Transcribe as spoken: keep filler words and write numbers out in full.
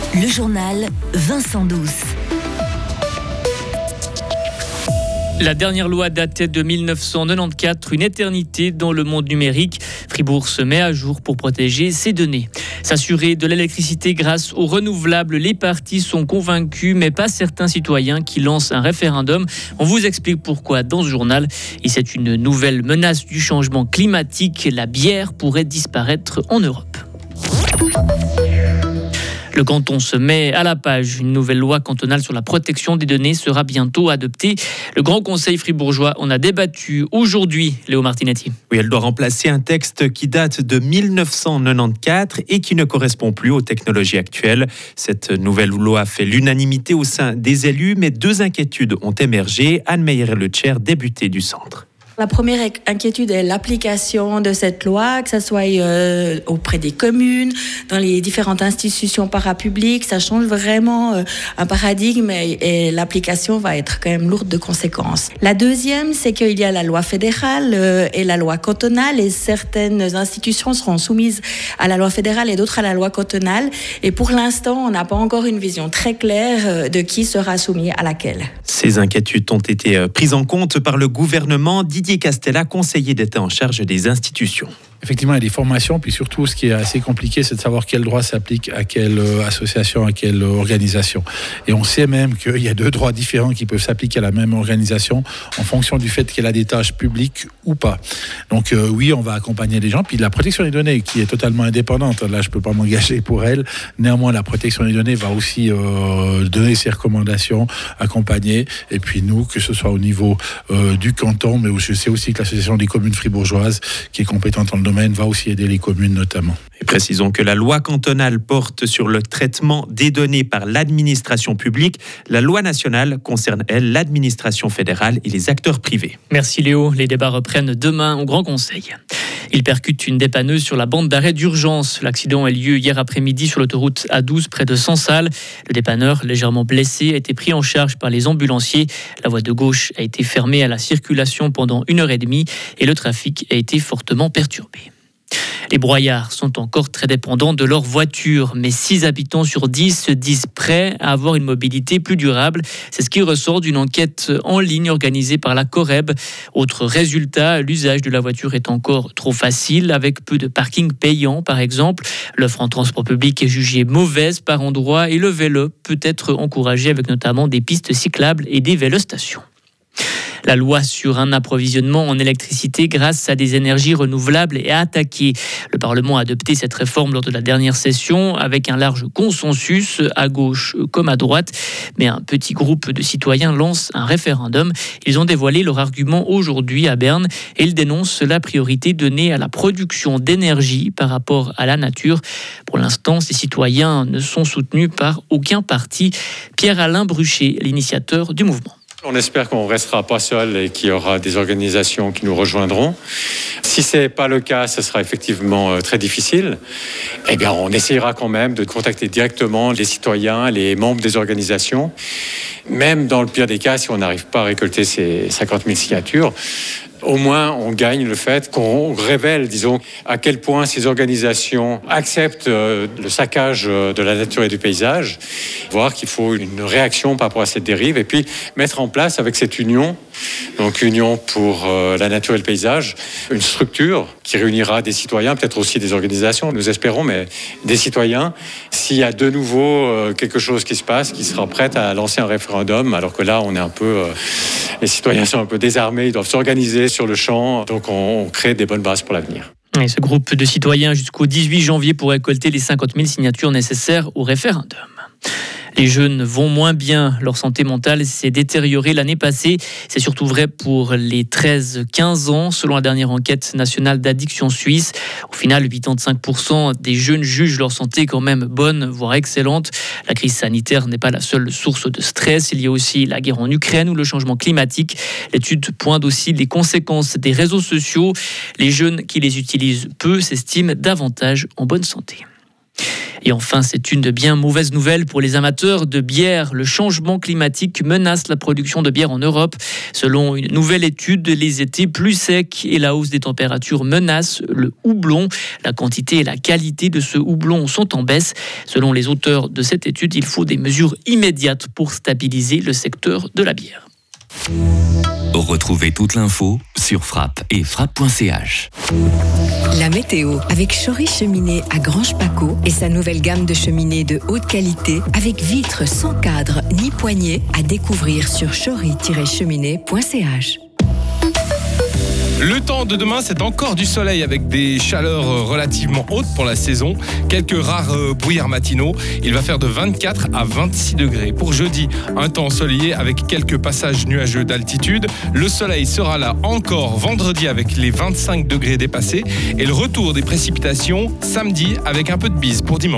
Le journal Vincent Douce. La dernière loi datait de mille neuf cent quatre-vingt-quatorze, une éternité dans le monde numérique. Fribourg se met à jour pour protéger ses données. S'assurer de l'électricité grâce aux renouvelables, les partis sont convaincus, mais pas certains citoyens qui lancent un référendum. On vous explique pourquoi dans ce journal. Et c'est une nouvelle menace du changement climatique. La bière pourrait disparaître en Europe. Le canton se met à la page. Une nouvelle loi cantonale sur la protection des données sera bientôt adoptée. Le Grand Conseil fribourgeois en a débattu aujourd'hui, Léo Martinetti. Oui, elle doit remplacer un texte qui date de mille neuf cent quatre-vingt-quatorze et qui ne correspond plus aux technologies actuelles. Cette nouvelle loi fait l'unanimité au sein des élus, mais deux inquiétudes ont émergé. Anne Meyer-Leclerc, députée du centre. La première inquiétude est l'application de cette loi, que ce soit euh, auprès des communes, dans les différentes institutions parapubliques. Ça change vraiment euh, un paradigme et, et l'application va être quand même lourde de conséquences. La deuxième, c'est qu'il y a la loi fédérale euh, et la loi cantonale, et certaines institutions seront soumises à la loi fédérale et d'autres à la loi cantonale. Et pour l'instant, on n'a pas encore une vision très claire euh, de qui sera soumis à laquelle. Ces inquiétudes ont été prises en compte par le gouvernement. Didier Castella, conseiller d'État en charge des institutions. Effectivement, il y a des formations, puis surtout, ce qui est assez compliqué, c'est de savoir quel droit s'applique à quelle association, à quelle organisation. Et on sait même qu'il y a deux droits différents qui peuvent s'appliquer à la même organisation en fonction du fait qu'elle a des tâches publiques ou pas. Donc euh, oui, on va accompagner les gens. Puis la protection des données, qui est totalement indépendante, là, je ne peux pas m'engager pour elle. Néanmoins, la protection des données va aussi euh, donner ses recommandations, accompagner. Et puis nous, que ce soit au niveau euh, du canton, mais je sais aussi que l'association des communes fribourgeoises, qui est compétente dans le domaine, va aussi aider les communes notamment. Et précisons que la loi cantonale porte sur le traitement des données par l'administration publique. La loi nationale concerne, elle, l'administration fédérale et les acteurs privés. Merci Léo. Les débats reprennent demain au Grand Conseil. Il percute une dépanneuse sur la bande d'arrêt d'urgence. L'accident a lieu hier après-midi sur l'autoroute A douze près de Sansal. Le dépanneur, légèrement blessé, a été pris en charge par les ambulanciers. La voie de gauche a été fermée à la circulation pendant une heure et demie et le trafic a été fortement perturbé. Les broyards sont encore très dépendants de leur voiture, mais six habitants sur dix se disent prêts à avoir une mobilité plus durable. C'est ce qui ressort d'une enquête en ligne organisée par la Coreb. Autre résultat, l'usage de la voiture est encore trop facile, avec peu de parkings payants par exemple. L'offre en transport public est jugée mauvaise par endroits et le vélo peut être encouragé avec notamment des pistes cyclables et des vélostations. La loi sur un approvisionnement en électricité grâce à des énergies renouvelables est attaquée. Le Parlement a adopté cette réforme lors de la dernière session avec un large consensus à gauche comme à droite. Mais un petit groupe de citoyens lance un référendum. Ils ont dévoilé leur argument aujourd'hui à Berne et ils dénoncent la priorité donnée à la production d'énergie par rapport à la nature. Pour l'instant, ces citoyens ne sont soutenus par aucun parti. Pierre-Alain Bruchet, l'initiateur du mouvement. On espère qu'on ne restera pas seul et qu'il y aura des organisations qui nous rejoindront. Si ce n'est pas le cas, ce sera effectivement très difficile. Eh bien, on essayera quand même de contacter directement les citoyens, les membres des organisations. Même dans le pire des cas, si on n'arrive pas à récolter ces cinquante mille signatures, au moins, on gagne le fait qu'on révèle, disons, à quel point ces organisations acceptent le saccage de la nature et du paysage, voir qu'il faut une réaction par rapport à cette dérive, et puis mettre en place avec cette union, donc union pour la nature et le paysage, une structure qui réunira des citoyens, peut-être aussi des organisations, nous espérons, mais des citoyens. S'il y a de nouveau quelque chose qui se passe, qui sera prête à lancer un référendum, alors que là, on est un peu... Les citoyens sont un peu désarmés, ils doivent s'organiser sur le champ, donc on, on crée des bonnes bases pour l'avenir. Et ce groupe de citoyens jusqu'au dix-huit janvier pour récolter les cinquante mille signatures nécessaires au référendum. Les jeunes vont moins bien, leur santé mentale s'est détériorée l'année passée. C'est surtout vrai pour les treize quinze ans, selon la dernière enquête nationale d'addiction suisse. Au final, quatre-vingt-quinze pour cent des jeunes jugent leur santé quand même bonne, voire excellente. La crise sanitaire n'est pas la seule source de stress. Il y a aussi la guerre en Ukraine ou le changement climatique. L'étude pointe aussi les conséquences des réseaux sociaux. Les jeunes qui les utilisent peu s'estiment davantage en bonne santé. Et enfin, c'est une bien mauvaise nouvelle pour les amateurs de bière. Le changement climatique menace la production de bière en Europe. Selon une nouvelle étude, les étés plus secs et la hausse des températures menacent le houblon. La quantité et la qualité de ce houblon sont en baisse. Selon les auteurs de cette étude, il faut des mesures immédiates pour stabiliser le secteur de la bière. Retrouvez toute l'info sur frappe et frappe point c h. La météo avec Chory Cheminée à Grange-Paco et sa nouvelle gamme de cheminées de haute qualité avec vitres sans cadre ni poignée à découvrir sur chory tiret cheminée point c h. Le temps de demain, c'est encore du soleil avec des chaleurs relativement hautes pour la saison. Quelques rares brouillards matinaux. Il va faire de vingt-quatre à vingt-six degrés. Pour jeudi, un temps ensoleillé avec quelques passages nuageux d'altitude. Le soleil sera là encore vendredi avec les vingt-cinq degrés dépassés. Et le retour des précipitations samedi avec un peu de bise pour dimanche.